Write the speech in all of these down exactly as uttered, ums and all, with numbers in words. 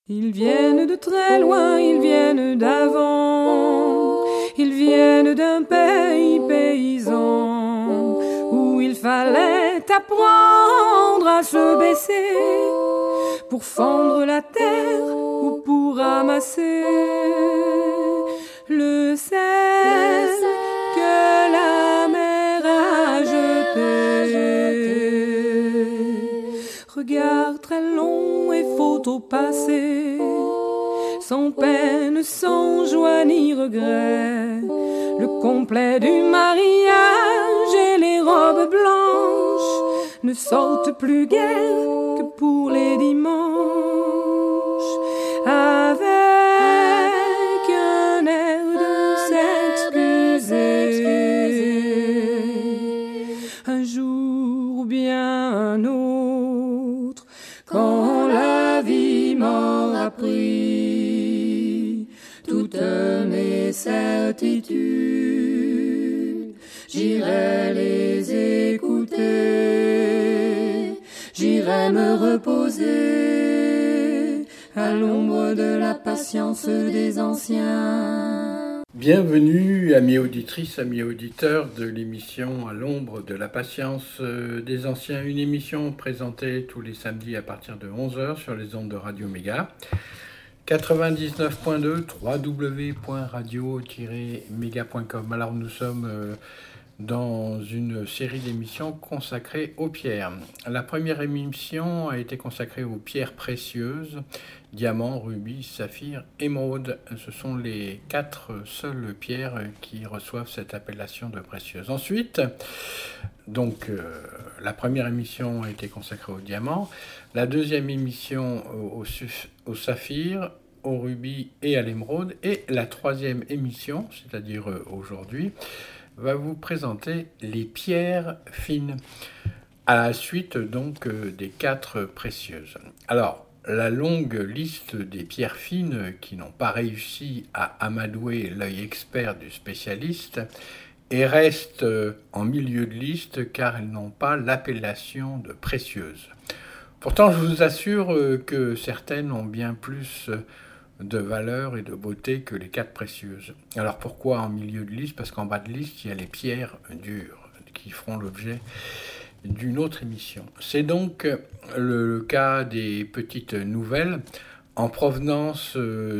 Ils viennent de très loin, ils viennent d'avant, ils viennent d'un pays paysan où il fallait apprendre à se baisser pour fendre la terre ou pour ramasser le sel que la mer a jeté. Regard très long et faut au passé, sans peine, sans joie ni regret, le complet du mariage et les robes blanches ne sortent plus guère que pour les dimanches, avec un air de s'excuser. Un jour ou bien un autre, quand la vie m'aura pris toutes mes certitudes, j'irai les écouter, j'irai me reposer à l'ombre de la patience des anciens. Bienvenue, amis auditrices, amis auditeurs de l'émission À l'ombre de la patience des anciens, une émission présentée tous les samedis à partir de onze heures sur les ondes de Radio Méga, quatre-vingt-dix-neuf point deux, w w w point radio tiret méga point com. Alors nous sommes dans une série d'émissions consacrées aux pierres. La première émission a été consacrée aux pierres précieuses, diamants, rubis, saphirs, émeraudes. Ce sont les quatre seules pierres qui reçoivent cette appellation de précieuses. Ensuite, donc, euh, la première émission a été consacrée aux diamants, la deuxième émission au, au saphir, au rubis et à l'émeraude, et la troisième émission, c'est-à-dire aujourd'hui, va vous présenter les pierres fines, à la suite donc des quatre précieuses. Alors, la longue liste des pierres fines qui n'ont pas réussi à amadouer l'œil expert du spécialiste et restent en milieu de liste car elles n'ont pas l'appellation de précieuses. Pourtant, je vous assure que certaines ont bien plus de valeur et de beauté que les quatre précieuses. Alors pourquoi en milieu de liste ? Parce qu'en bas de liste, il y a les pierres dures qui feront l'objet d'une autre émission. C'est donc le cas des petites nouvelles en provenance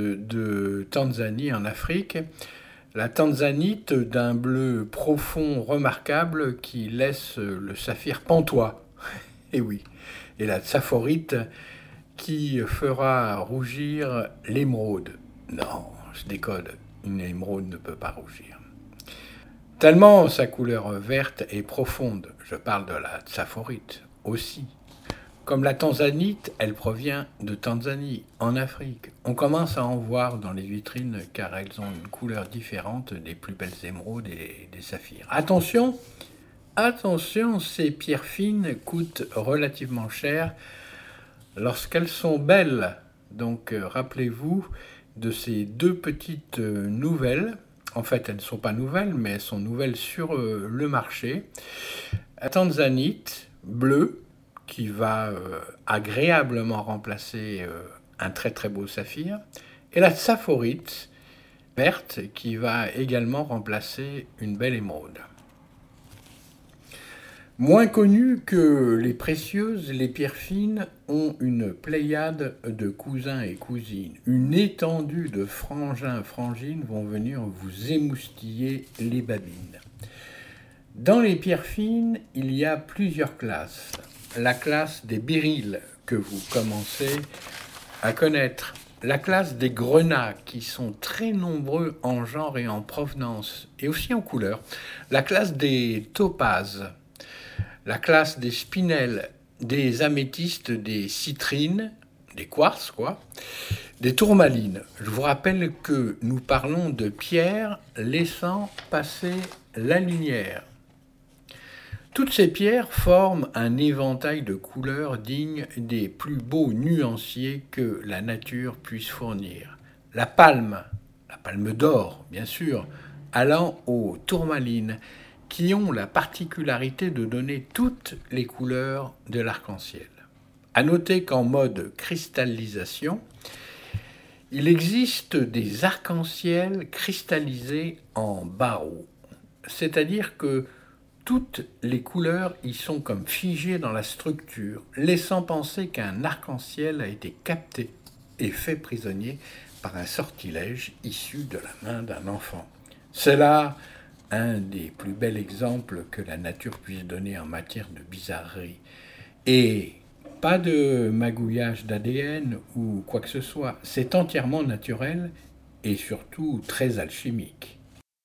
de Tanzanie en Afrique. La tanzanite d'un bleu profond remarquable qui laisse le saphir pantois. Et oui. Et la tsaphorite qui fera rougir l'émeraude. Non, je décode, une émeraude ne peut pas rougir. Tellement sa couleur verte est profonde, je parle de la tsaphorite aussi. Comme la tanzanite, elle provient de Tanzanie, en Afrique. On commence à en voir dans les vitrines car elles ont une couleur différente des plus belles émeraudes et des saphirs. Attention, attention, ces pierres fines coûtent relativement cher lorsqu'elles sont belles. Donc euh, rappelez-vous de ces deux petites euh, nouvelles. En fait, elles ne sont pas nouvelles, mais elles sont nouvelles sur euh, le marché. La tanzanite bleue, qui va euh, agréablement remplacer euh, un très très beau saphir, et la tsaphorite verte, qui va également remplacer une belle émeraude. Moins connues que les précieuses, les pierres fines ont une pléiade de cousins et cousines. Une étendue de frangins et frangines vont venir vous émoustiller les babines. Dans les pierres fines, il y a plusieurs classes. La classe des béryls, que vous commencez à connaître. La classe des grenats, qui sont très nombreux en genre et en provenance, et aussi en couleur. La classe des topazes. La classe des spinels, des améthystes, des citrines, des quartz, quoi, des tourmalines. Je vous rappelle que nous parlons de pierres laissant passer la lumière. Toutes ces pierres forment un éventail de couleurs dignes des plus beaux nuanciers que la nature puisse fournir. La palme, la palme d'or, bien sûr, allant aux tourmalines, qui ont la particularité de donner toutes les couleurs de l'arc-en-ciel. À noter qu'en mode cristallisation, Il existe des arcs-en-ciel cristallisés en barreaux, c'est-à-dire que toutes les couleurs y sont comme figées dans la structure, laissant penser qu'un arc-en-ciel a été capté et fait prisonnier par un sortilège issu de la main d'un enfant. C'est là un des plus bels exemples que la nature puisse donner en matière de bizarrerie. Et pas de magouillage d'A D N ou quoi que ce soit, c'est entièrement naturel et surtout très alchimique.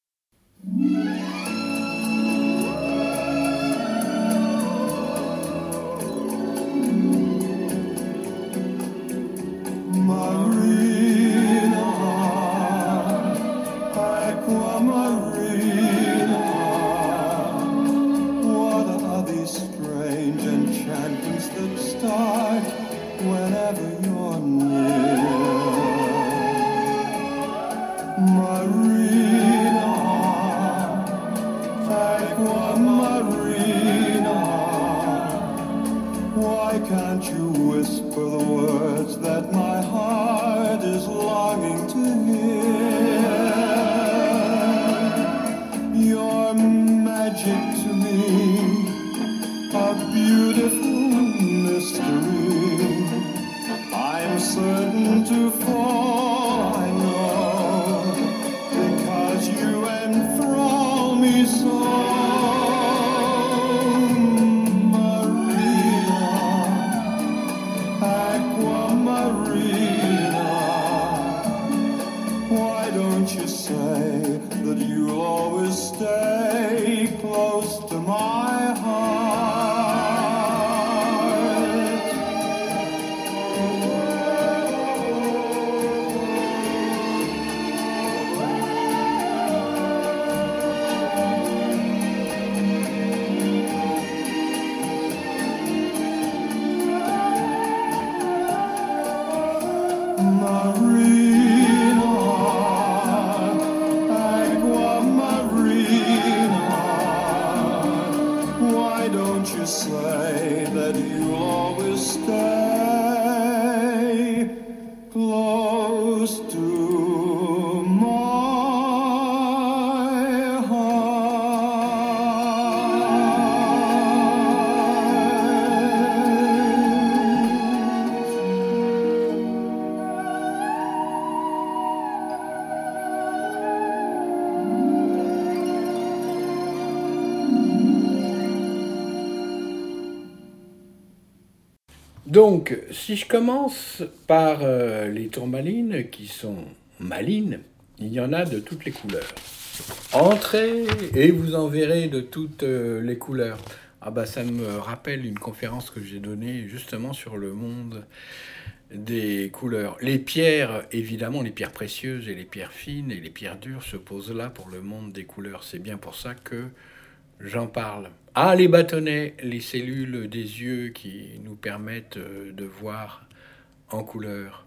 Donc, si je commence par euh, les tourmalines qui sont malines, il y en a de toutes les couleurs. Entrez et vous en verrez de toutes euh, les couleurs. Ah bah ça me rappelle une conférence que j'ai donnée justement sur le monde des couleurs. Les pierres, évidemment, les pierres précieuses et les pierres fines et les pierres dures se posent là pour le monde des couleurs. C'est bien pour ça que j'en parle. Ah, les bâtonnets, les cellules des yeux qui nous permettent de voir en couleur.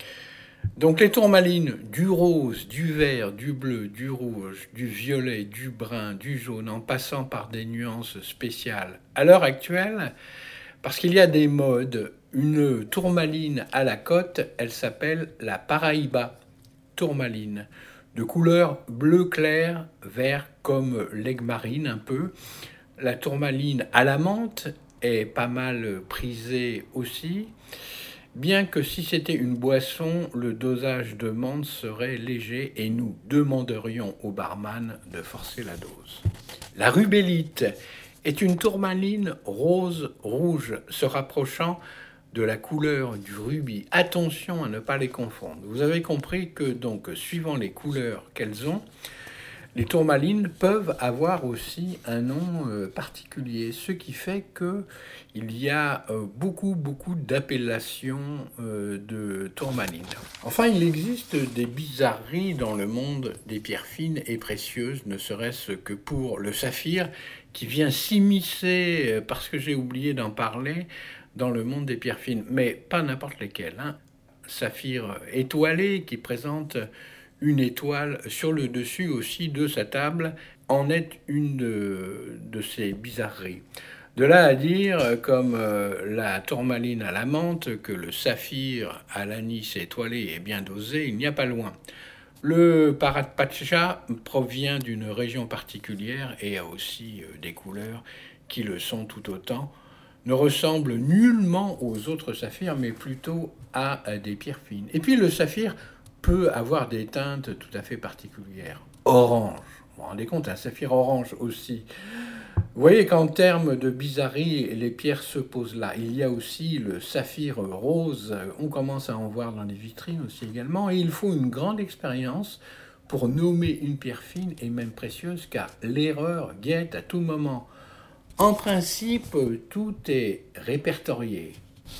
Donc les tourmalines, du rose, du vert, du bleu, du rouge, du violet, du brun, du jaune, en passant par des nuances spéciales. À l'heure actuelle, parce qu'il y a des modes, une tourmaline à la cote, elle s'appelle la Paraíba tourmaline, de couleur bleu clair, vert comme l'aigle marine un peu. La tourmaline à la menthe est pas mal prisée aussi, bien que si c'était une boisson, le dosage de menthe serait léger et nous demanderions au barman de forcer la dose. La rubellite est une tourmaline rose-rouge se rapprochant de la couleur du rubis. Attention à ne pas les confondre. Vous avez compris que donc, suivant les couleurs qu'elles ont, les tourmalines peuvent avoir aussi un nom euh, particulier, ce qui fait qu'il y a euh, beaucoup, beaucoup d'appellations euh, de tourmalines. Enfin, il existe des bizarreries dans le monde des pierres fines et précieuses, ne serait-ce que pour le saphir, qui vient s'immiscer, parce que j'ai oublié d'en parler, dans le monde des pierres fines, mais pas n'importe lesquelles. Hein. Saphir étoilé qui présente une étoile sur le dessus aussi de sa table en est une de, de ces bizarreries. De là à dire, comme euh, la tourmaline à la menthe, que le saphir à l'anis étoilé est bien dosé, il n'y a pas loin. Le Parat-Pacha provient d'une région particulière et a aussi euh, des couleurs qui le sont tout autant, ne ressemble nullement aux autres saphirs, mais plutôt à, à des pierres fines. Et puis le saphir peut avoir des teintes tout à fait particulières. Orange, vous vous rendez compte, un saphir orange aussi. Vous voyez qu'en termes de bizarrerie, les pierres se posent là. Il y a aussi le saphir rose, on commence à en voir dans les vitrines aussi également, et il faut une grande expérience pour nommer une pierre fine et même précieuse, car l'erreur guette à tout moment. En principe, tout est répertorié.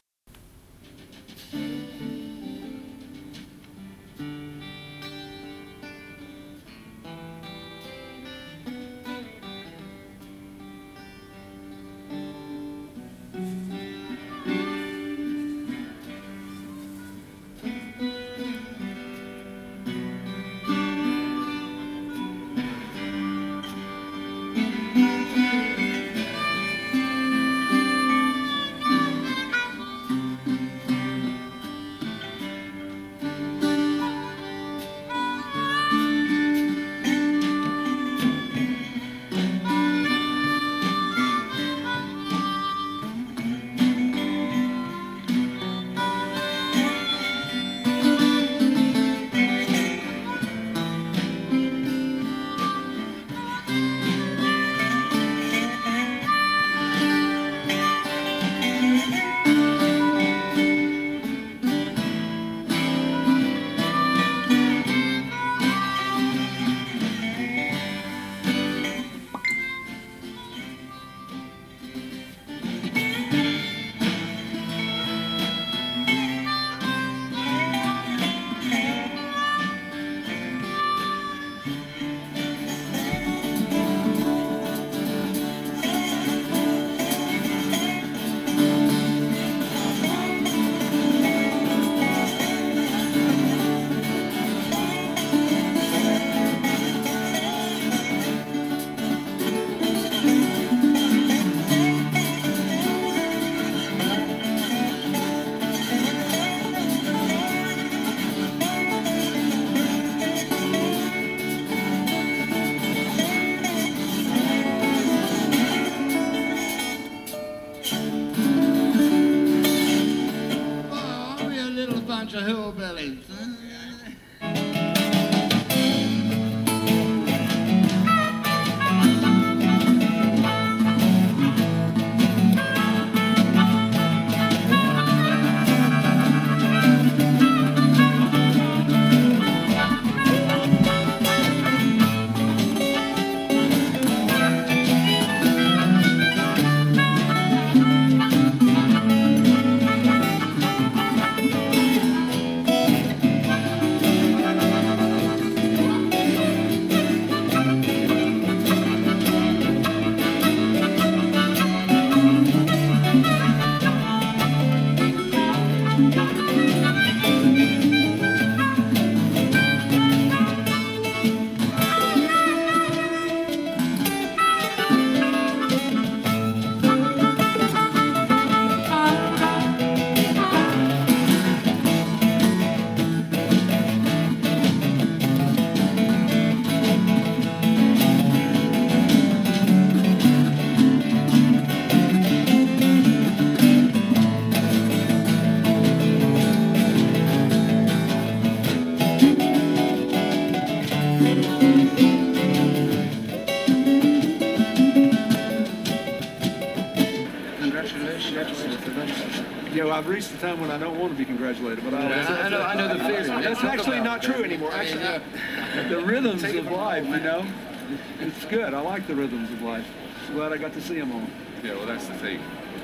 You know, I've reached the time when I don't want to be congratulated, but I always... Yeah, I know, I know the feeling. That's actually not true anymore. Actually, uh, the rhythms of life, you know, it's good. I like the rhythms of life. I'm glad I got to see them all. Yeah, well, that's the thing.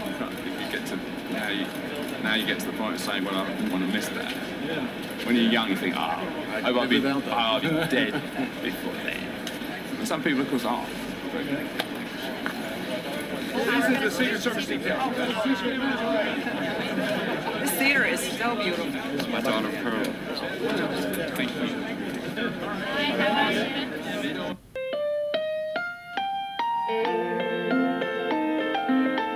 If you get to now, you now you get to the point of saying, well, I didn't want to miss that. Yeah. When you're young, you think, oh, I hope I'll be, oh, I'll be dead before then. And some people, of course, aren't. This is the Secret Service detail. This theater is so beautiful. It's my daughter Pearl. Thank you.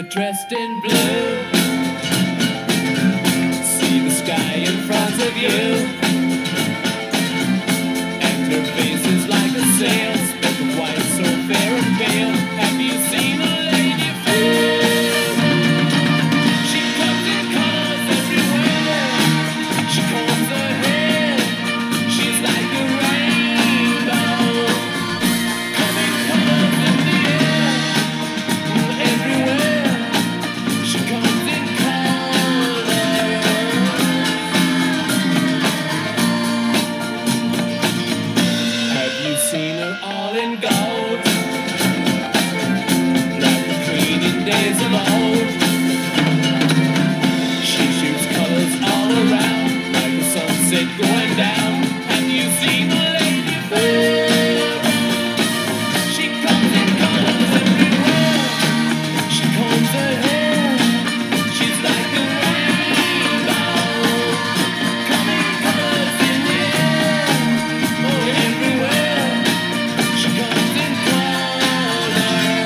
dressed in blue. See the sky in front of you, and her face is like a sail, speck of white so fair and pale. Have you seen a lady fair? She comes in colors everywhere. She combs her hair. She's like a rainbow, coming colors in the air. Everywhere she comes in colors. Have you seen her all in gold, like the queen in days of old? She shoots colors all around, like the sunset going down. Have you seen a lady fair? She comes in colors everywhere. She combs her hair. She's like a rainbow, coming colors in the air. Oh, everywhere she comes in colors.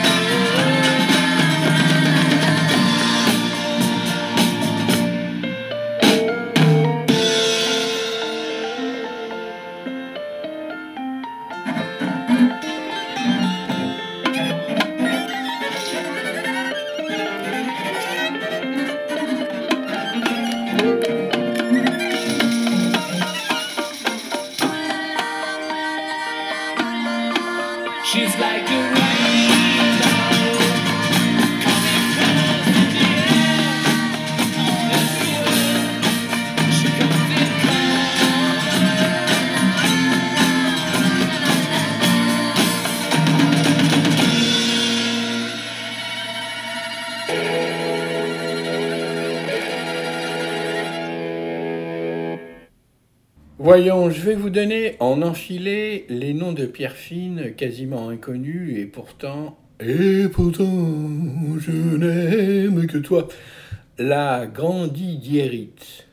She's like a rainbow, coming colors in the air. Everywhere she comes in Voyons, je vais vous donner en enfilé les noms de pierres fines quasiment inconnus et pourtant, et pourtant, je n'aime que toi. La grandidiérite,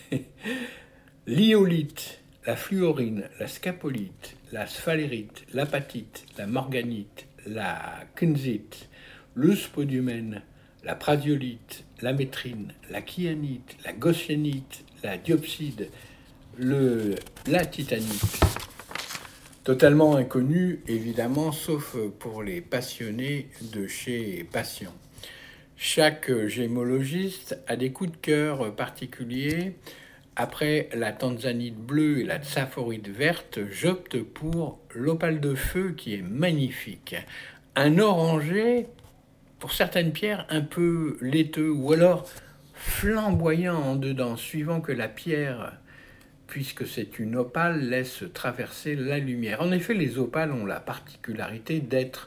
l'iolite, la fluorine, la scapolite, la sphalérite, l'apatite, la morganite, la kunzite, le spodumène, la prasiolite, la métrine, la kyanite, la gossénite, la diopside, le, la titanite. Totalement inconnu, évidemment, sauf pour les passionnés de chez Passion. Chaque gémologiste a des coups de cœur particuliers. Après la tanzanite bleue et la tsaphorite verte, j'opte pour l'opale de feu qui est magnifique. Un orangé, pour certaines pierres, un peu laiteux ou alors flamboyant en dedans, suivant que la pierre, puisque c'est une opale, laisse traverser la lumière. En effet, les opales ont la particularité d'être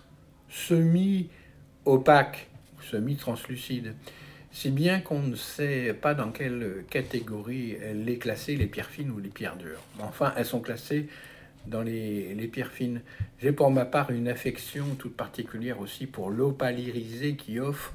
semi-opaques, semi-translucides, si bien qu'on ne sait pas dans quelle catégorie les classer, les pierres fines ou les pierres dures. Enfin, elles sont classées dans les, les pierres fines. J'ai pour ma part une affection toute particulière aussi pour l'opale irisée qui offre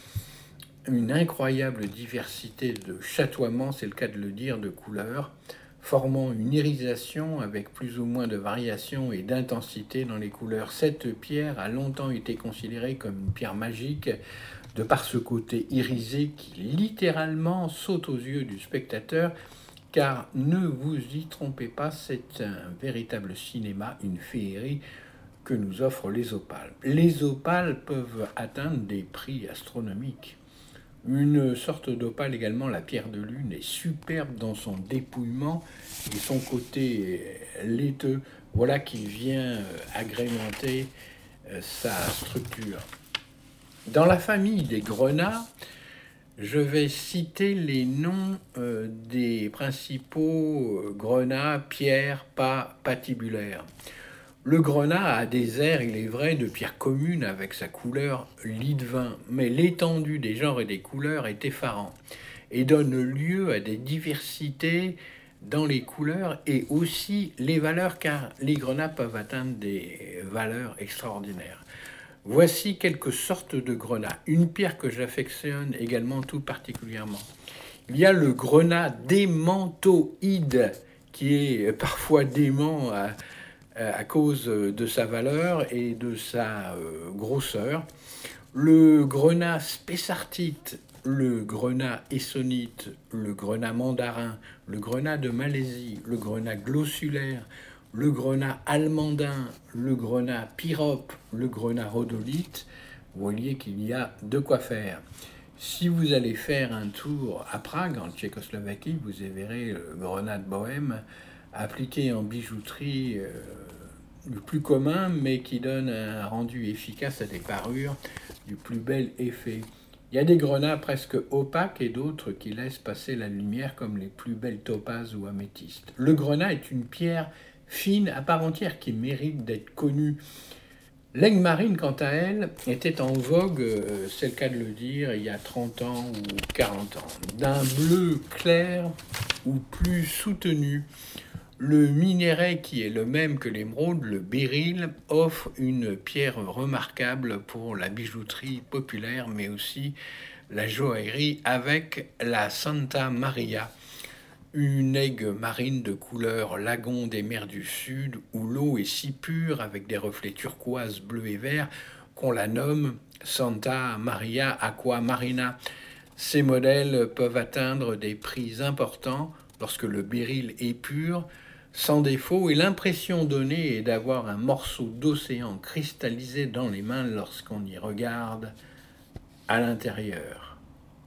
une incroyable diversité de chatoiements, c'est le cas de le dire, de couleurs, formant une irisation avec plus ou moins de variation et d'intensité dans les couleurs. Cette pierre a longtemps été considérée comme une pierre magique de par ce côté irisé qui littéralement saute aux yeux du spectateur, car ne vous y trompez pas, c'est un véritable cinéma, une féerie que nous offrent les opales. Les opales peuvent atteindre des prix astronomiques. Une sorte d'opale également, la pierre de lune, est superbe dans son dépouillement et son côté laiteux. Voilà qui vient agrémenter sa structure. Dans la famille des grenats, je vais citer les noms euh, des principaux grenats pierres pas patibulaires. Le grenat a des airs, il est vrai, de pierre commune avec sa couleur lit de vin, mais l'étendue des genres et des couleurs est effarant et donne lieu à des diversités dans les couleurs et aussi les valeurs, car les grenats peuvent atteindre des valeurs extraordinaires. Voici quelques sortes de grenats. Une pierre que j'affectionne également tout particulièrement. Il y a le grenat démentoïde, qui est parfois dément à, à cause de sa valeur et de sa euh, grosseur. Le grenat spessartite, le grenat essonite, le grenat mandarin, le grenat de Malaisie, le grenat glossulaire, le grenat allemandin, le grenat pyrope, le grenat rhodolite, vous voyez qu'il y a de quoi faire. Si vous allez faire un tour à Prague, en Tchécoslovaquie, vous y verrez le grenat de Bohême appliqué en bijouterie euh, le plus commun, mais qui donne un rendu efficace à des parures du plus bel effet. Il y a des grenats presque opaques et d'autres qui laissent passer la lumière comme les plus belles topazes ou améthystes. Le grenat est une pierre fine à part entière qui mérite d'être connue. L'aigle marine, quant à elle, était en vogue, euh, c'est le cas de le dire, il y a trente ans ou quarante ans. D'un bleu clair ou plus soutenu, le minerai qui est le même que l'émeraude, le béryl, offre une pierre remarquable pour la bijouterie populaire, mais aussi la joaillerie avec la Santa Maria, une aigue marine de couleur lagon des mers du Sud, où l'eau est si pure avec des reflets turquoise, bleu et vert qu'on la nomme Santa Maria Aqua Marina. Ces modèles peuvent atteindre des prix importants lorsque le béryl est pur, sans défaut, et l'impression donnée est d'avoir un morceau d'océan cristallisé dans les mains lorsqu'on y regarde à l'intérieur.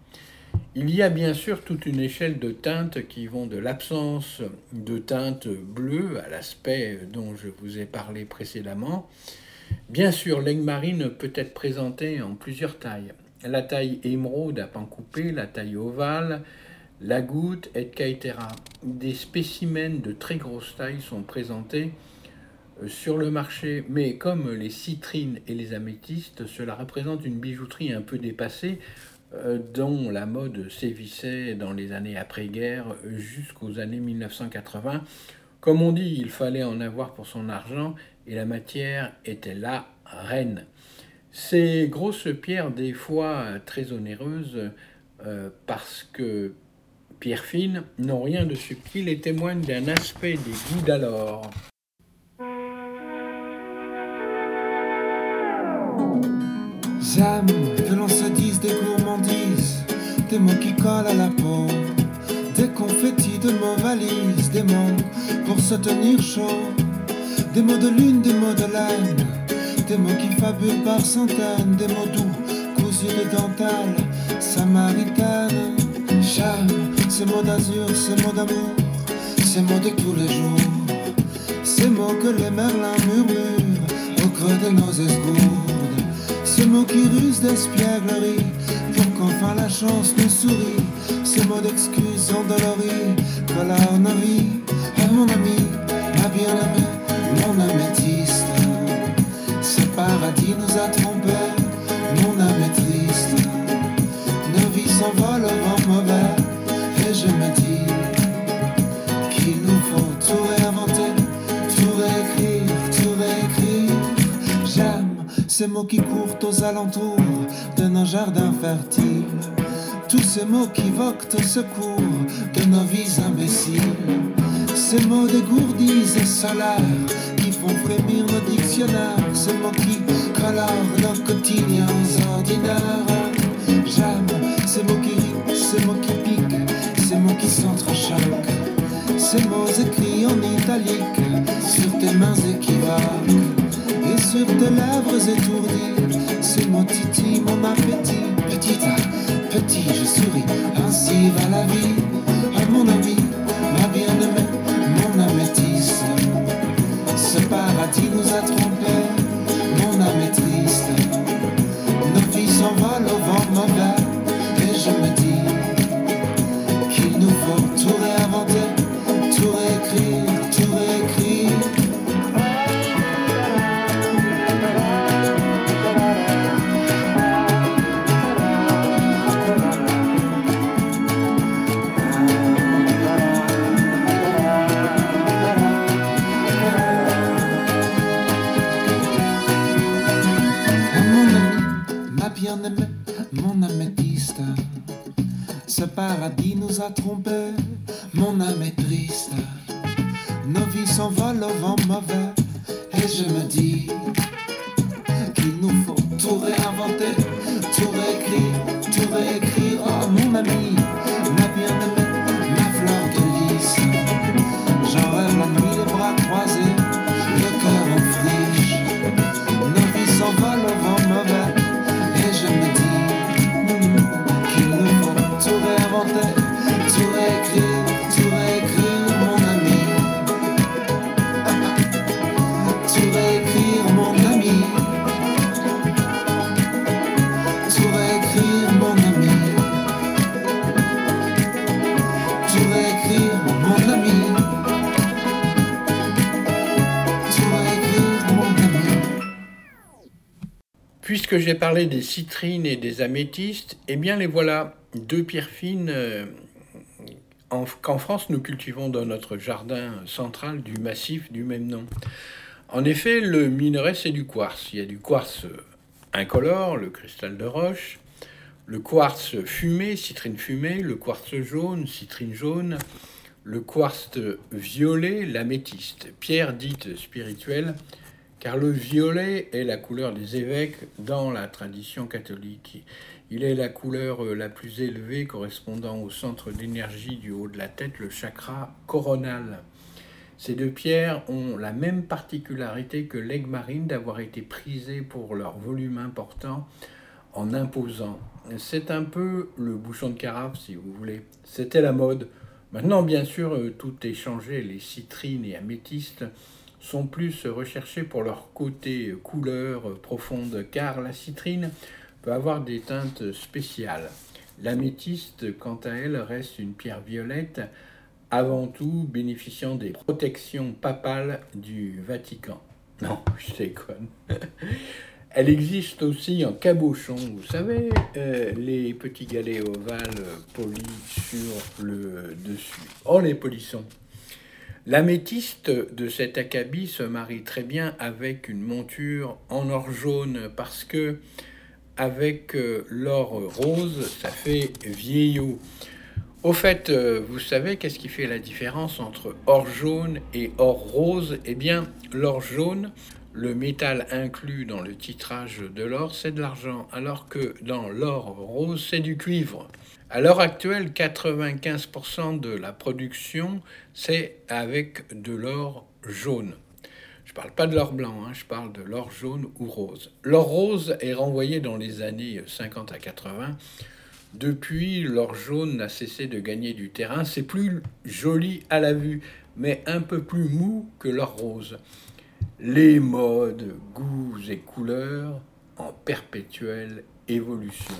Il y a bien sûr toute une échelle de teintes qui vont de l'absence de teintes bleues à l'aspect dont je vous ai parlé précédemment. Bien sûr, l'aigle marine peut être présentée en plusieurs tailles. La taille émeraude à pan coupé, la taille ovale, la goutte, et cetera. Des spécimens de très grosse taille sont présentés sur le marché, mais comme les citrines et les améthystes, cela représente une bijouterie un peu dépassée, euh, dont la mode sévissait dans les années après-guerre jusqu'aux années mille neuf cent quatre-vingts. Comme on dit, il fallait en avoir pour son argent, et la matière était la reine. Ces grosses pierres, des fois très onéreuses, euh, parce que pierres fines, n'ont rien de subtil et témoignent d'un aspect des goûts d'alors. J'aime que l'on se dise des gourmandises, des mots qui collent à la peau, des confettis de mots valises, des mots pour se tenir chaud, des mots de lune, des mots de laine, des mots qui fabulent par centaines, des mots doux, cousus de dentelle samaritaine. J'aime ces mots d'azur, ces mots d'amour, ces mots de tous les jours, ces mots que les merlins murmurent au creux de nos esgourdes, ces mots qui rusent d'espièglerie pour qu'enfin la chance nous sourie, ces mots d'excuses endoloris que la honorie. Oh mon ami, ma bien-aimée, mon améthyste, ce paradis nous a trompés, mon âme est triste, nos vies s'envolent au vent mauvais, et je me dis qu'il nous faut tout réinventer, tout réécrire, tout réécrire. J'aime ces mots qui courent aux alentours de nos jardins fertiles, tous ces mots qui voquent au secours de nos vies imbéciles, ces mots dégourdis et solaires qui font frémir nos dictionnaires, ces mots qui colorent nos quotidiens ordinaires. J'aime ces mots qui rient, ces mots qui piquent, ces mots qui s'entrechoquent, ces mots écrits en italique sur tes mains équivoques et sur tes lèvres étourdies, ces mots titillent mon appétit. Petit à petit je souris, ainsi va la vie. Oh mon ami, ma bien-aimée, mon améthyste, ce paradis nous a trompés, mon âme est triste, nos vies s'envolent au vent mauvais, et je me dis qu'il nous faut tout réinventer, tout réécrire, tout réécrire. Bien-aimé, mon améthyste, ce paradis nous a trompés, mon âme est triste, nos vies s'envolent au vent mauvais, et je me dis qu'il nous faut tout réinventer. Puisque j'ai parlé des citrines et des améthystes, eh bien les voilà, deux pierres fines euh, en- qu'en France nous cultivons dans notre jardin central du massif du même nom. En effet, le minerai, c'est du quartz. Il y a du quartz incolore, le cristal de roche, le quartz fumé, citrine fumée, le quartz jaune, citrine jaune, le quartz violet, l'améthyste, pierre dite spirituelle, car le violet est la couleur des évêques dans la tradition catholique. Il est la couleur la plus élevée correspondant au centre d'énergie du haut de la tête, le chakra coronal. Ces deux pierres ont la même particularité que l'aigle marine d'avoir été prisées pour leur volume important en imposant. C'est un peu le bouchon de carafe, si vous voulez. C'était la mode. Maintenant, bien sûr, tout est changé. Les citrines et améthystes sont plus recherchés pour leur côté couleur profonde, car la citrine peut avoir des teintes spéciales. L'améthyste, quant à elle, reste une pierre violette, avant tout bénéficiant des protections papales du Vatican. Non, je déconne. Elle existe aussi en cabochon, vous savez, euh, les petits galets ovales polis sur le dessus. Oh, les polissons! L'améthyste de cet acabit se marie très bien avec une monture en or jaune parce que avec euh, l'or rose, ça fait vieillot. Au fait, euh, vous savez qu'est-ce qui fait la différence entre or jaune et or rose? Eh bien, l'or jaune, le métal inclus dans le titrage de l'or, c'est de l'argent, alors que dans l'or rose, c'est du cuivre. À l'heure actuelle, quatre-vingt-quinze pour cent de la production, c'est avec de l'or jaune. Je ne parle pas de l'or blanc, hein, je parle de l'or jaune ou rose. L'or rose est renvoyé dans les années cinquante à quatre-vingts. Depuis, l'or jaune n'a cessé de gagner du terrain. C'est plus joli à la vue, mais un peu plus mou que l'or rose. Les modes, goûts et couleurs en perpétuelle évolution.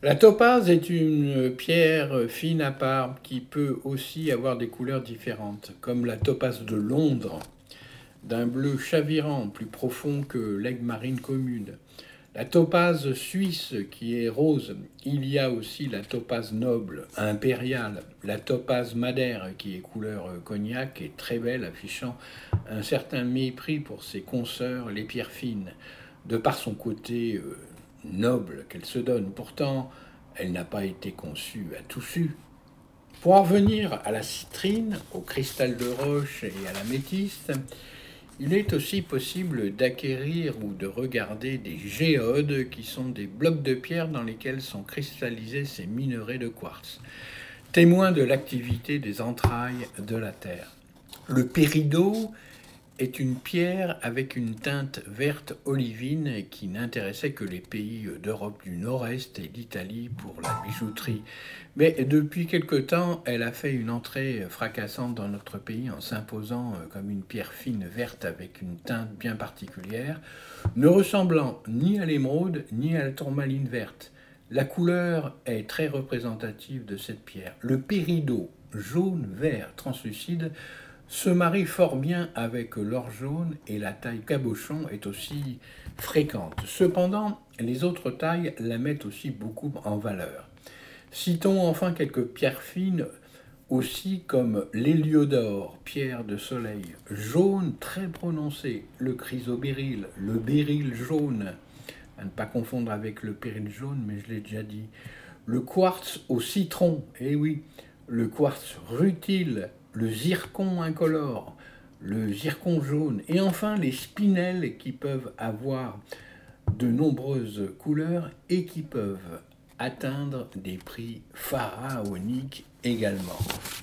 La topaze est une pierre fine à part qui peut aussi avoir des couleurs différentes, comme la topaze de Londres, d'un bleu chavirant plus profond que l'aigle marine commune. La topaze suisse qui est rose. Il y a aussi la topaze noble, impériale, la topaze madère qui est couleur cognac et très belle, affichant un certain mépris pour ses consoeurs, les pierres fines, de par son côté euh, noble qu'elle se donne. Pourtant, elle n'a pas été conçue à tout su. Pour en revenir à la citrine, au cristal de roche et à la métiste, il est aussi possible d'acquérir ou de regarder des géodes qui sont des blocs de pierre dans lesquels sont cristallisés ces minerais de quartz, témoins de l'activité des entrailles de la Terre. Le péridot est une pierre avec une teinte verte olivine qui n'intéressait que les pays d'Europe du Nord-Est et d'Italie pour la bijouterie. Mais depuis quelque temps, elle a fait une entrée fracassante dans notre pays en s'imposant comme une pierre fine verte avec une teinte bien particulière, ne ressemblant ni à l'émeraude ni à la tourmaline verte. La couleur est très représentative de cette pierre. Le péridot jaune-vert translucide se marie fort bien avec l'or jaune et la taille cabochon est aussi fréquente. Cependant, les autres tailles la mettent aussi beaucoup en valeur. Citons enfin quelques pierres fines aussi comme l'héliodore, pierre de soleil, jaune très prononcé, le chrysobéryl, le béryl jaune, à ne pas confondre avec le péril jaune, mais je l'ai déjà dit, le quartz au citron, eh oui, le quartz rutile, le zircon incolore, le zircon jaune, et enfin les spinels qui peuvent avoir de nombreuses couleurs et qui peuvent atteindre des prix pharaoniques également.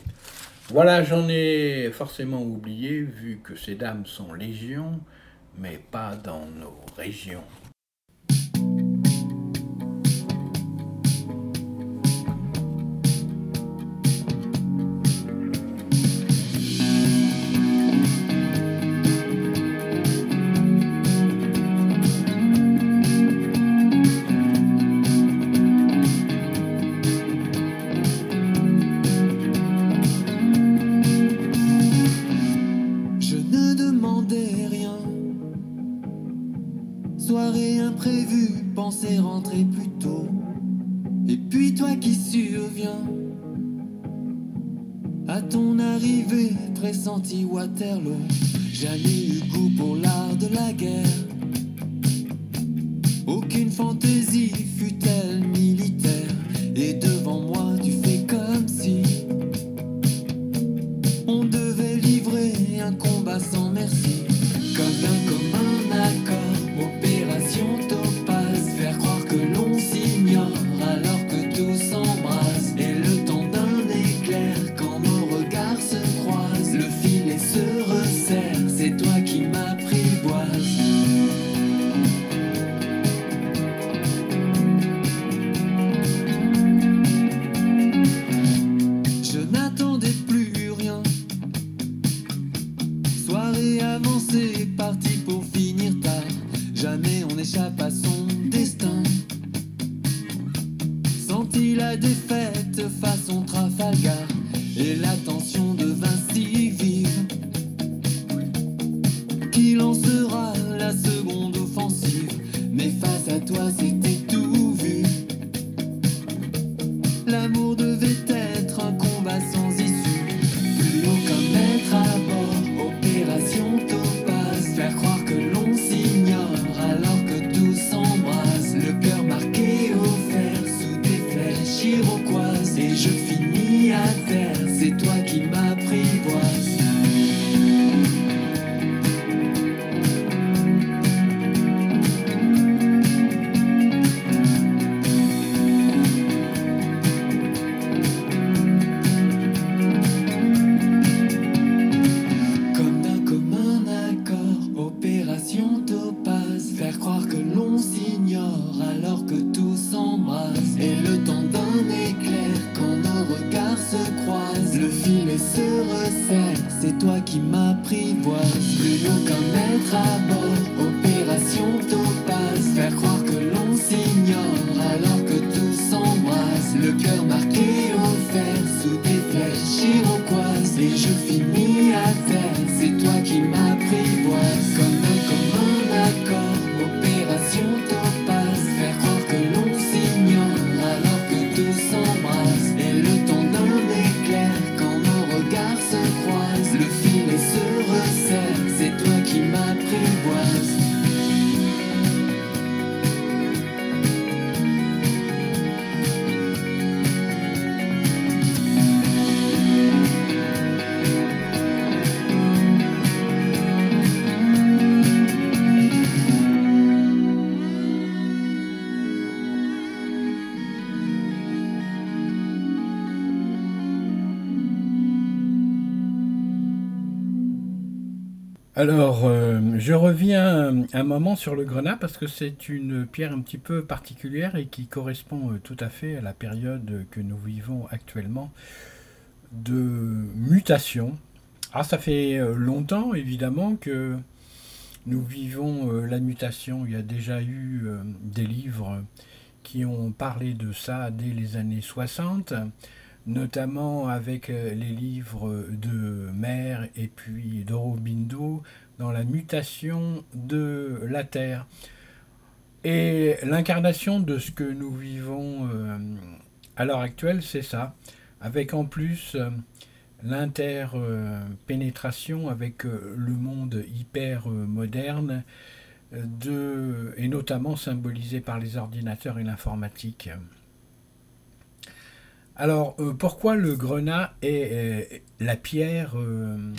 Voilà, j'en ai forcément oublié, vu que ces dames sont légion, mais pas dans nos régions. Rentrer plus tôt. Et puis toi qui surviens à ton arrivée, pressenti Waterloo. Jamais eu goût pour l'art de la guerre. Aucune fantaisie fut-elle militaire. Et devant moi tu fais comme si on devait livrer un combat sans merci. Comme un commun accord, opération Topaz, faire croire que l'on s'ignore alors que tout s'embrasse. Et le temps d'un éclair, quand nos regards se croisent, le filet se resserre, c'est toi qui m'apprivoises. Je n'attendais plus rien. Soirée avancée, parti pour finir tard. Jamais on échappe à son destin. Senti la défaite façon Trafalgar, et la tension devint si vive qui lancera la seconde offensive. Mais face à toi c'était tout vu. L'amour devait être un combat sans issue. Plus haut qu'un maître à bord, opération Topaz, faire croire que l'on s'ignore alors que tout s'embrasse. Le cœur marqué au fer sous des flèches iroquoises. Et je finis à terre, c'est toi qui m'apprivoises. Comme d'un commun accord, opération Topaz, faire croire que l'on s'ignore alors que tout s'embrasse. Et le temps d'un éclair, quand nos regards se croisent, le filet se resserre, c'est toi qui m'apprivoises. Plus haut qu'un maître à bord, opération Topaz, faire croire que l'on s'ignore alors que tout s'embrasse. Alors, euh, je reviens un moment sur le grenat parce que c'est une pierre un petit peu particulière et qui correspond euh, tout à fait à la période que nous vivons actuellement de mutation. Ah, ça fait euh, longtemps, évidemment, que nous vivons euh, la mutation. Il y a déjà eu euh, des livres qui ont parlé de ça dès les années soixante, notamment avec euh, les livres de Maire et puis d'Aurobindo dans la mutation de la Terre. Et l'incarnation de ce que nous vivons euh, à l'heure actuelle, c'est ça, avec en plus euh, l'interpénétration avec euh, le monde hyper euh, moderne, euh, de, et notamment symbolisé par les ordinateurs et l'informatique. Alors, euh, pourquoi le grenat est euh, la pierre euh,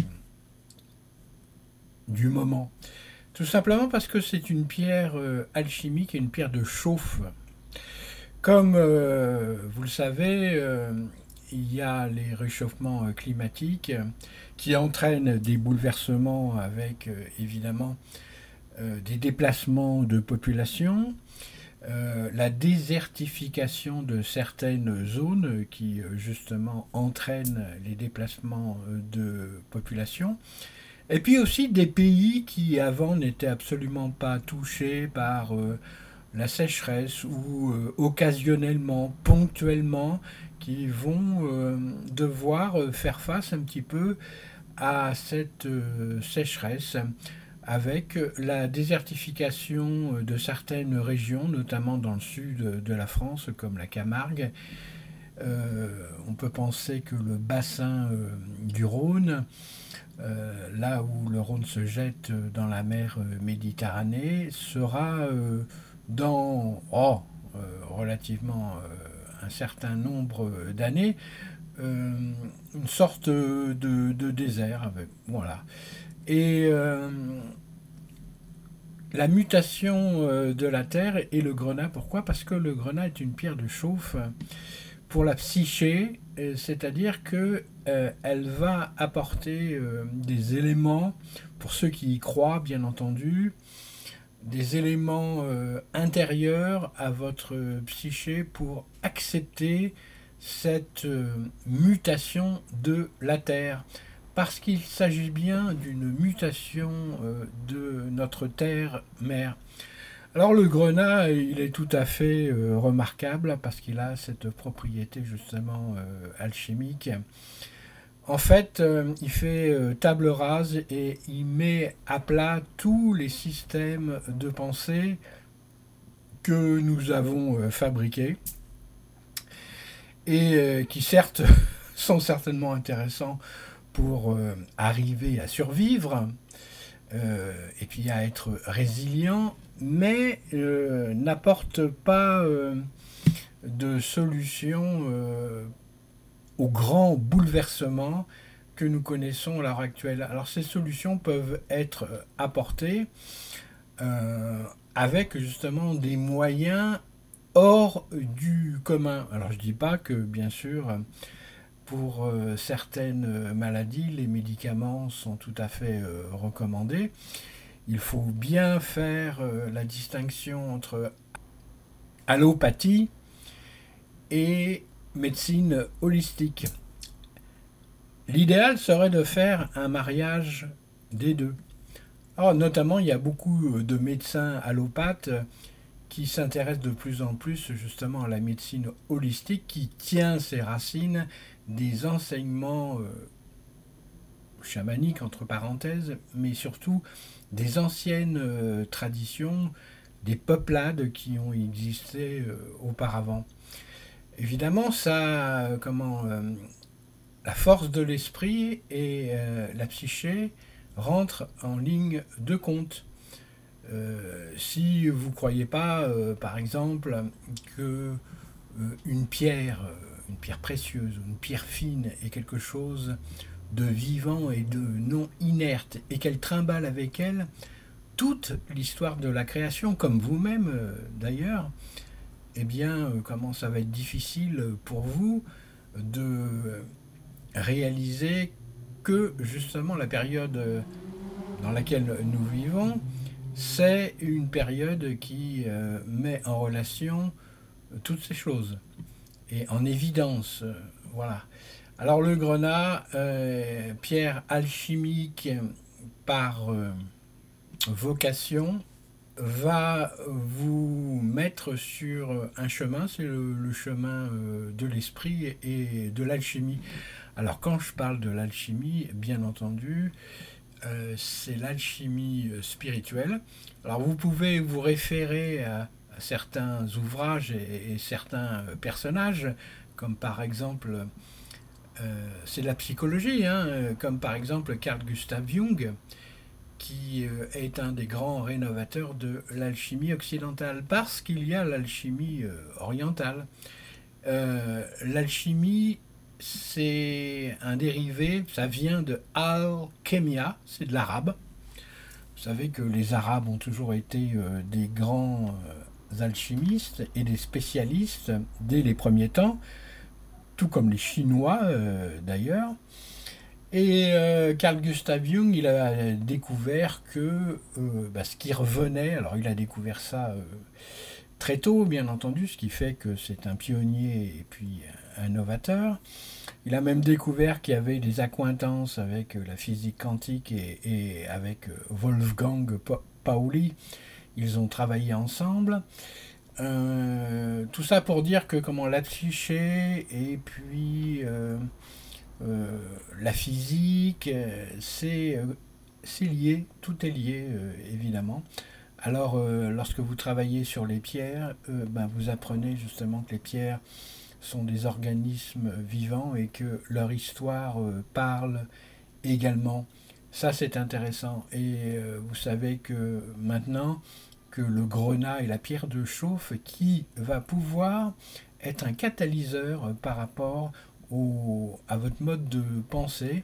du moment? Tout simplement parce que c'est une pierre euh, alchimique et une pierre de chauffe. Comme euh, vous le savez, euh, il y a les réchauffements euh, climatiques euh, qui entraînent des bouleversements avec euh, évidemment euh, des déplacements de population, euh, la désertification de certaines zones qui euh, justement entraînent les déplacements euh, de population. Et puis aussi des pays qui avant n'étaient absolument pas touchés par euh, la sécheresse ou euh, occasionnellement, ponctuellement, qui vont euh, devoir euh, faire face un petit peu à cette euh, sécheresse avec la désertification de certaines régions, notamment dans le sud de la France, comme la Camargue. Euh, on peut penser que le bassin euh, du Rhône, Euh, là où le Rhône se jette dans la mer euh, Méditerranée, sera euh, dans oh, euh, relativement euh, un certain nombre d'années euh, une sorte de, de désert. Avec, voilà. Et euh, la mutation euh, de la Terre et le grenat, pourquoi? Parce que le grenat est une pierre de chauffe pour la psyché, c'est-à-dire que euh, elle va apporter euh, des éléments, pour ceux qui y croient bien entendu, des éléments euh, intérieurs à votre psyché pour accepter cette euh, mutation de la Terre. Parce qu'il s'agit bien d'une mutation euh, de notre Terre-mère. Alors le grenat, il est tout à fait euh, remarquable parce qu'il a cette propriété justement euh, alchimique. En fait, euh, il fait euh, table rase et il met à plat tous les systèmes de pensée que nous avons euh, fabriqués et euh, qui certes sont certainement intéressants pour euh, arriver à survivre euh, et puis à être résilient, mais euh, n'apporte pas euh, de solution euh, aux grands bouleversements que nous connaissons à l'heure actuelle. Alors ces solutions peuvent être apportées euh, avec justement des moyens hors du commun. Alors je ne dis pas que bien sûr pour euh, certaines maladies les médicaments sont tout à fait euh, recommandés. Il faut bien faire euh, la distinction entre allopathie et médecine holistique. L'idéal serait de faire un mariage des deux. Alors, notamment, il y a beaucoup de médecins allopathes qui s'intéressent de plus en plus justement à la médecine holistique qui tient ses racines des enseignements euh, chamaniques, entre parenthèses, mais surtout des anciennes euh, traditions, des peuplades qui ont existé euh, auparavant. Évidemment, ça, euh, comment, euh, la force de l'esprit et euh, la psyché rentrent en ligne de compte. Euh, si vous ne croyez pas, euh, par exemple, que euh, une pierre, une pierre précieuse, une pierre fine est quelque chose de vivant et de non inerte, et qu'elle trimballe avec elle toute l'histoire de la création, comme vous-même euh, d'ailleurs, eh bien, euh, comment ça va être difficile pour vous de réaliser que justement la période dans laquelle nous vivons, c'est une période qui euh, met en relation euh, toutes ces choses et en évidence. Euh, voilà. Alors le grenat, euh, pierre alchimique par euh, vocation, va vous mettre sur un chemin, c'est le, le chemin euh, de l'esprit et de l'alchimie. Alors quand je parle de l'alchimie, bien entendu, euh, c'est l'alchimie spirituelle. Alors vous pouvez vous référer à, à certains ouvrages et, et certains personnages, comme par exemple, euh, c'est de la psychologie, hein, comme par exemple Carl Gustav Jung, qui est un des grands rénovateurs de l'alchimie occidentale, parce qu'il y a l'alchimie euh, orientale. Euh, l'alchimie, c'est un dérivé, ça vient de alchemia, c'est de l'arabe. Vous savez que les Arabes ont toujours été euh, des grands euh, alchimistes et des spécialistes dès les premiers temps, tout comme les Chinois euh, d'ailleurs. Et euh, Carl Gustav Jung, il a découvert que euh, bah, ce qui revenait, alors il a découvert ça euh, très tôt, bien entendu, ce qui fait que c'est un pionnier et puis un novateur. Il a même découvert qu'il y avait des accointances avec euh, la physique quantique et, et avec euh, Wolfgang Pauli. Ils ont travaillé ensemble. Euh, tout ça pour dire que comment la psyché et puis... Euh, Euh, la physique, euh, c'est, euh, c'est lié, tout est lié, euh, évidemment. Alors, euh, lorsque vous travaillez sur les pierres, euh, ben, vous apprenez justement que les pierres sont des organismes vivants et que leur histoire euh, parle également. Ça, c'est intéressant. Et euh, vous savez que maintenant, que le grenat est la pierre de chauffe qui va pouvoir être un catalyseur par rapport Au, à votre mode de pensée,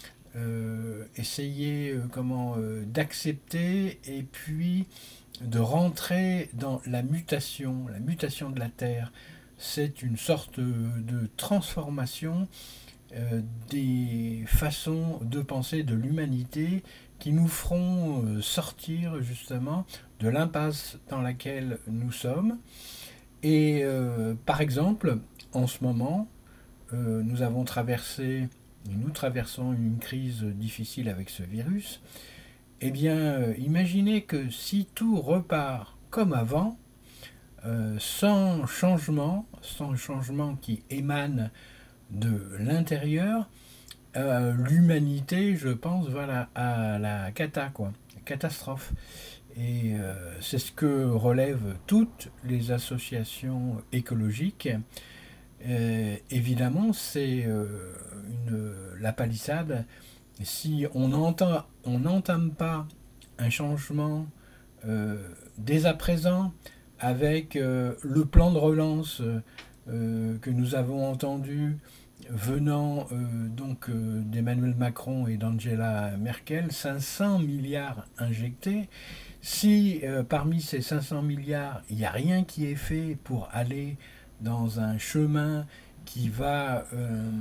euh, essayez euh, comment euh, d'accepter et puis de rentrer dans la mutation, la mutation de la Terre. C'est une sorte de transformation euh, des façons de penser de l'humanité qui nous feront euh, sortir justement de l'impasse dans laquelle nous sommes. Et euh, par exemple, en ce moment, Euh, nous avons traversé, nous traversons une crise difficile avec ce virus. Eh bien, euh, imaginez que si tout repart comme avant, euh, sans changement, sans changement qui émane de l'intérieur, euh, l'humanité, je pense, va la, à la cata, quoi, catastrophe. Et euh, c'est ce que relèvent toutes les associations écologiques. Euh, évidemment, c'est euh, une, la palissade. Si on n'entame on n'entame pas un changement euh, dès à présent avec euh, le plan de relance euh, que nous avons entendu venant euh, donc euh, d'Emmanuel Macron et d'Angela Merkel, cinq cents milliards injectés. Si euh, parmi ces cinq cents milliards, il n'y a rien qui est fait pour aller dans un chemin qui va euh,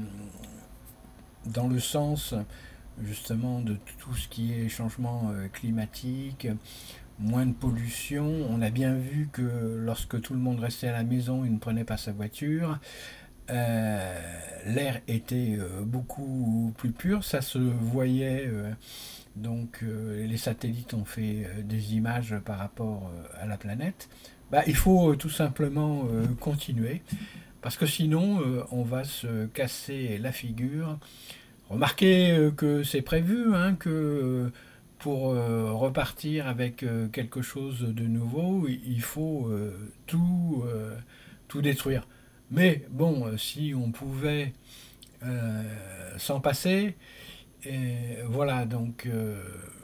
dans le sens justement de tout ce qui est changement euh, climatique, moins de pollution. On a bien vu que lorsque tout le monde restait à la maison et ne prenait pas sa voiture, euh, l'air était euh, beaucoup plus pur, ça se voyait, euh, donc euh, les satellites ont fait euh, des images par rapport euh, à la planète. Bah, il faut euh, tout simplement euh, continuer, parce que sinon euh, on va se casser la figure. Remarquez euh, que c'est prévu, hein, que euh, pour euh, repartir avec euh, quelque chose de nouveau, il faut euh, tout, euh, tout détruire. Mais bon, euh, si on pouvait euh, s'en passer, et voilà, donc euh,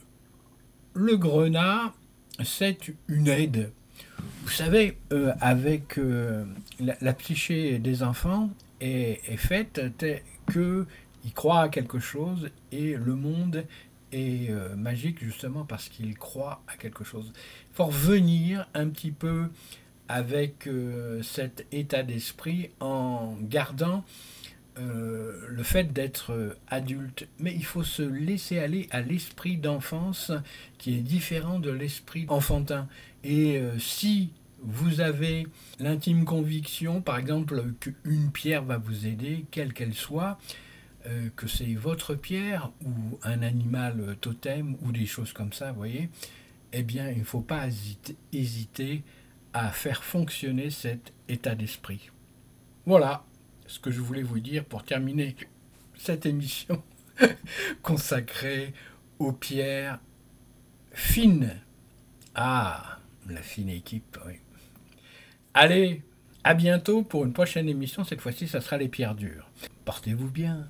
le grenat, c'est une aide. Vous savez, euh, avec euh, la, la psyché des enfants est, est faite qu'ils croient à quelque chose et le monde est euh, magique justement parce qu'ils croient à quelque chose. Il faut revenir un petit peu avec euh, cet état d'esprit en gardant euh, le fait d'être adulte, mais il faut se laisser aller à l'esprit d'enfance qui est différent de l'esprit enfantin. Et euh, si vous avez l'intime conviction, par exemple, qu'une pierre va vous aider, quelle qu'elle soit, euh, que c'est votre pierre ou un animal totem ou des choses comme ça, vous voyez, eh bien, il ne faut pas hésiter, hésiter à faire fonctionner cet état d'esprit. Voilà ce que je voulais vous dire pour terminer cette émission consacrée aux pierres fines. Ah, la fine équipe, oui. Allez, à bientôt pour une prochaine émission. Cette fois-ci, ça sera les pierres dures. Portez-vous bien.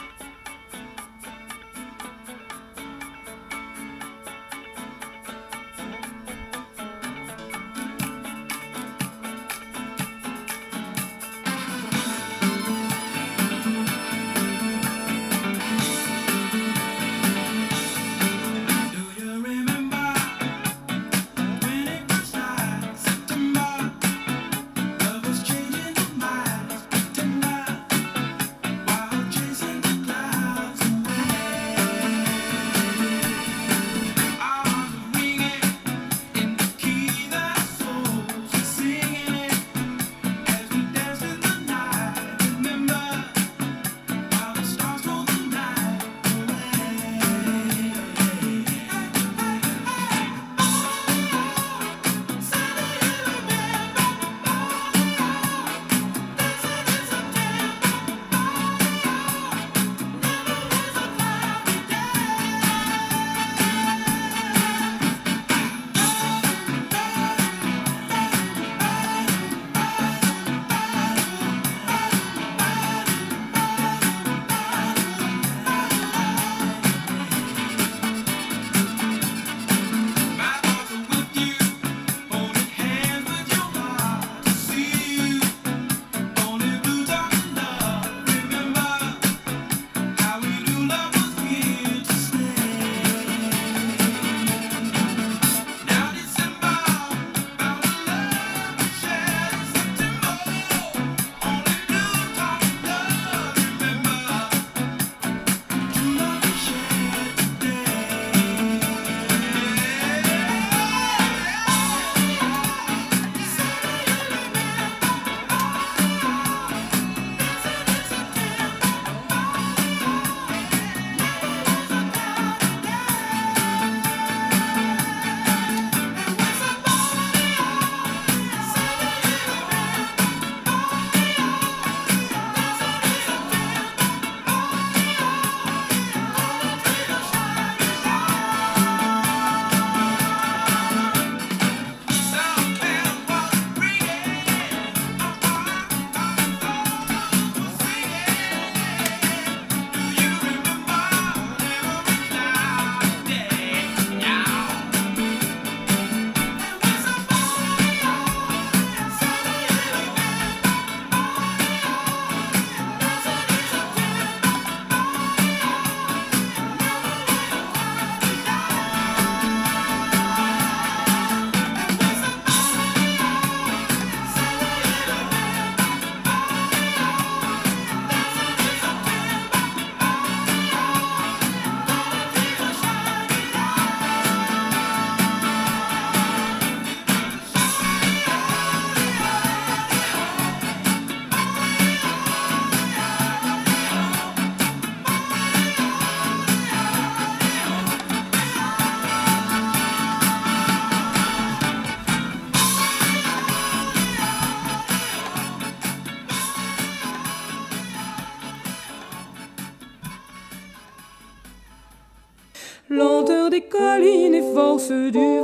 lenteur des collines et force du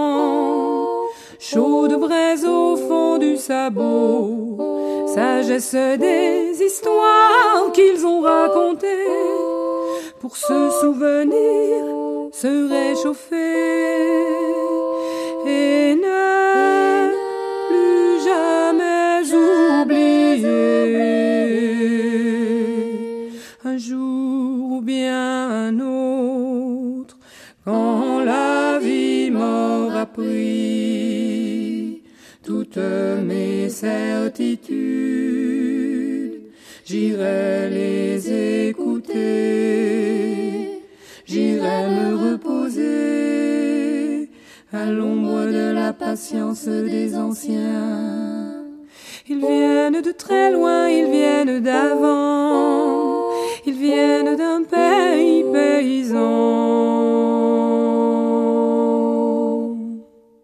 vent, chaude braise au fond du sabot, sagesse des histoires qu'ils ont racontées, pour se souvenir, se réchauffer et ne plus jamais oublier un jour ou bien un autre, quand la vie m'aura pris toutes mes certitudes j'irai les écouter, j'irai me reposer à l'ombre de la patience des anciens. Ils viennent de très loin, ils viennent d'avant, ils viennent d'un pays paysan.